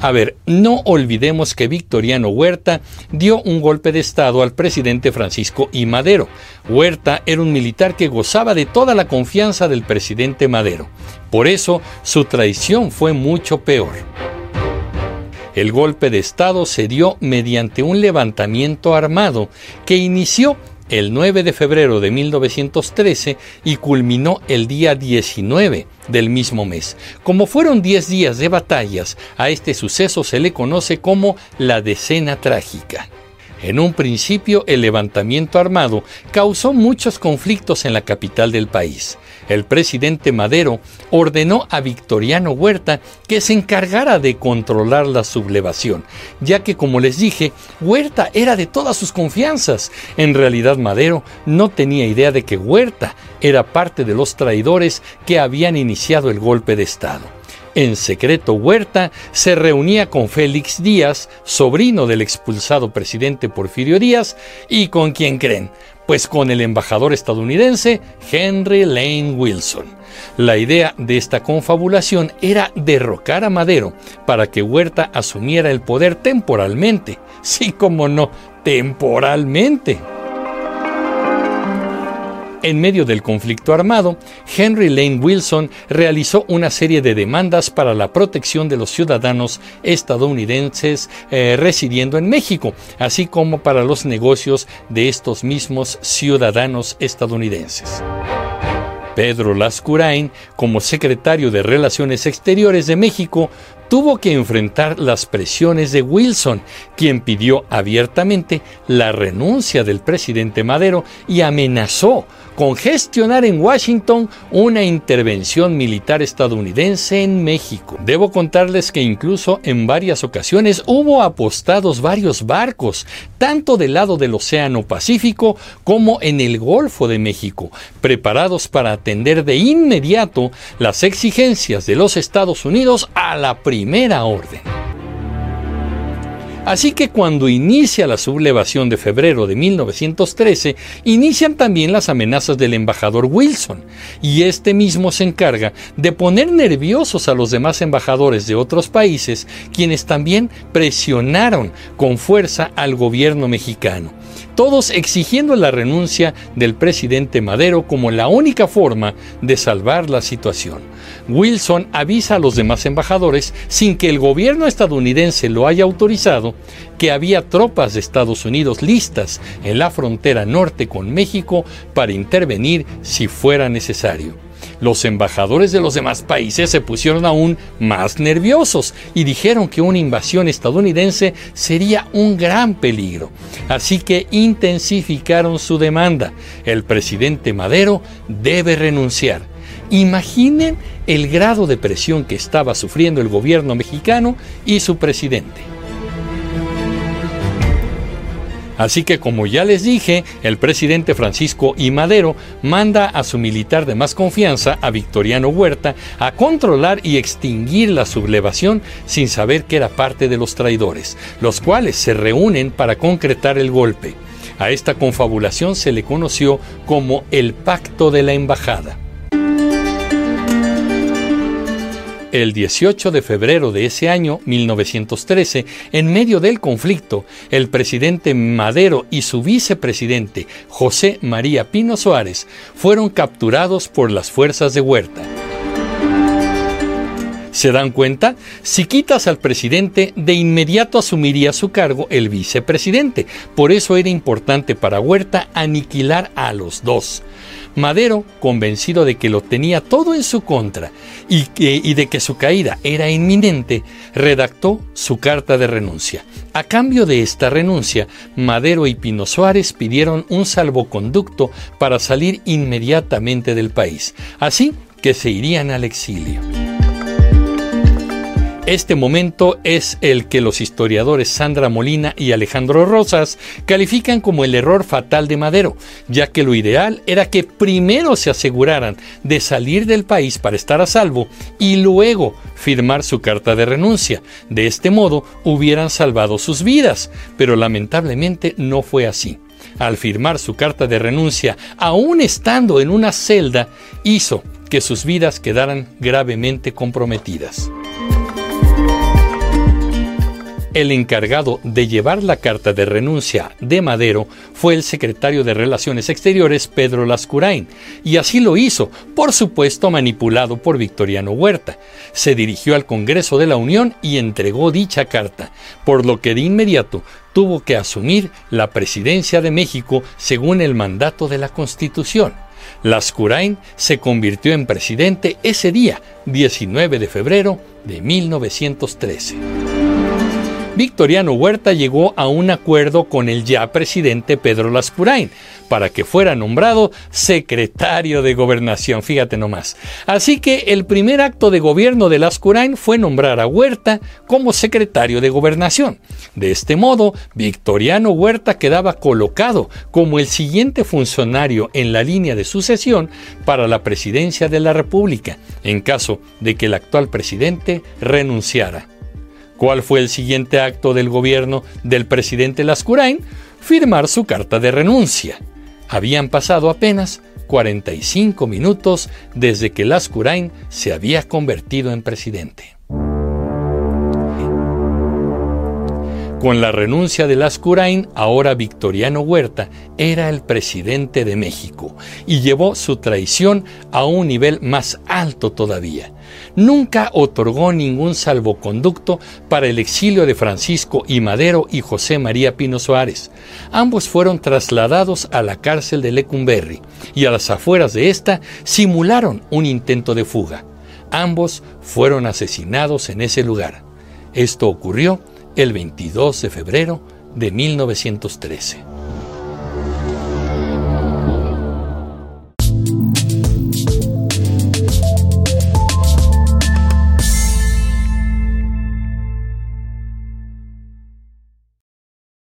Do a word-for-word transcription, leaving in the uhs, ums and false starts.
A ver, no olvidemos que Victoriano Huerta dio un golpe de estado al presidente Francisco I. Madero. Huerta era un militar que gozaba de toda la confianza del presidente Madero. Por eso, su traición fue mucho peor. El golpe de estado se dio mediante un levantamiento armado que inició el nueve de febrero de mil novecientos trece y culminó el día diecinueve del mismo mes. Como fueron diez días de batallas, a este suceso se le conoce como la Decena Trágica. En un principio, el levantamiento armado causó muchos conflictos en la capital del país. El presidente Madero ordenó a Victoriano Huerta que se encargara de controlar la sublevación, ya que, como les dije, Huerta era de todas sus confianzas. En realidad, Madero no tenía idea de que Huerta era parte de los traidores que habían iniciado el golpe de estado. En secreto, Huerta se reunía con Félix Díaz, sobrino del expulsado presidente Porfirio Díaz, y ¿con quién creen? Pues con el embajador estadounidense Henry Lane Wilson. La idea de esta confabulación era derrocar a Madero para que Huerta asumiera el poder temporalmente. Sí, como no, temporalmente. En medio del conflicto armado, Henry Lane Wilson realizó una serie de demandas para la protección de los ciudadanos estadounidenses eh, residiendo en México, así como para los negocios de estos mismos ciudadanos estadounidenses. Pedro Lascurain, como secretario de Relaciones Exteriores de México, tuvo que enfrentar las presiones de Wilson, quien pidió abiertamente la renuncia del presidente Madero y amenazó con gestionar en Washington una intervención militar estadounidense en México. Debo contarles que incluso en varias ocasiones hubo apostados varios barcos, tanto del lado del Océano Pacífico como en el Golfo de México, preparados para atender de inmediato las exigencias de los Estados Unidos a la primera orden. Así que cuando inicia la sublevación de febrero de mil novecientos trece, inician también las amenazas del embajador Wilson, y este mismo se encarga de poner nerviosos a los demás embajadores de otros países, quienes también presionaron con fuerza al gobierno mexicano, todos exigiendo la renuncia del presidente Madero como la única forma de salvar la situación. Wilson avisa a los demás embajadores, sin que el gobierno estadounidense lo haya autorizado, que había tropas de Estados Unidos listas en la frontera norte con México para intervenir si fuera necesario. Los embajadores de los demás países se pusieron aún más nerviosos y dijeron que una invasión estadounidense sería un gran peligro. Así que intensificaron su demanda. El presidente Madero debe renunciar. Imaginen el grado de presión que estaba sufriendo el gobierno mexicano y su presidente. Así que, como ya les dije, el presidente Francisco I. Madero manda a su militar de más confianza, a Victoriano Huerta, a controlar y extinguir la sublevación sin saber que era parte de los traidores, los cuales se reúnen para concretar el golpe. A esta confabulación se le conoció como el Pacto de la Embajada. El dieciocho de febrero de ese año, mil novecientos trece, en medio del conflicto, el presidente Madero y su vicepresidente, José María Pino Suárez, fueron capturados por las fuerzas de Huerta. ¿Se dan cuenta? Si quitas al presidente, de inmediato asumiría su cargo el vicepresidente. Por eso era importante para Huerta aniquilar a los dos. Madero, convencido de que lo tenía todo en su contra y, que, y de que su caída era inminente, redactó su carta de renuncia. A cambio de esta renuncia, Madero y Pino Suárez pidieron un salvoconducto para salir inmediatamente del país, así que se irían al exilio. Este momento es el que los historiadores Sandra Molina y Alejandro Rosas califican como el error fatal de Madero, ya que lo ideal era que primero se aseguraran de salir del país para estar a salvo y luego firmar su carta de renuncia. De este modo hubieran salvado sus vidas, pero lamentablemente no fue así. Al firmar su carta de renuncia, aún estando en una celda, hizo que sus vidas quedaran gravemente comprometidas. El encargado de llevar la carta de renuncia de Madero fue el secretario de Relaciones Exteriores, Pedro Lascurain, y así lo hizo, por supuesto manipulado por Victoriano Huerta. Se dirigió al Congreso de la Unión y entregó dicha carta, por lo que de inmediato tuvo que asumir la presidencia de México según el mandato de la Constitución. Lascurain se convirtió en presidente ese día, diecinueve de febrero de mil novecientos trece. Victoriano Huerta llegó a un acuerdo con el ya presidente Pedro Lascurain para que fuera nombrado secretario de Gobernación, fíjate nomás. Así que el primer acto de gobierno de Lascurain fue nombrar a Huerta como secretario de Gobernación. De este modo, Victoriano Huerta quedaba colocado como el siguiente funcionario en la línea de sucesión para la presidencia de la República, en caso de que el actual presidente renunciara. ¿Cuál fue el siguiente acto del gobierno del presidente Lascurain? Firmar su carta de renuncia. Habían pasado apenas cuarenta y cinco minutos desde que Lascurain se había convertido en presidente. Con la renuncia de Lascurain, ahora Victoriano Huerta era el presidente de México y llevó su traición a un nivel más alto todavía. Nunca otorgó ningún salvoconducto para el exilio de Francisco I. Madero y José María Pino Suárez. Ambos fueron trasladados a la cárcel de Lecumberri y a las afueras de esta simularon un intento de fuga. Ambos fueron asesinados en ese lugar. Esto ocurrió el veintidós de febrero de mil novecientos trece.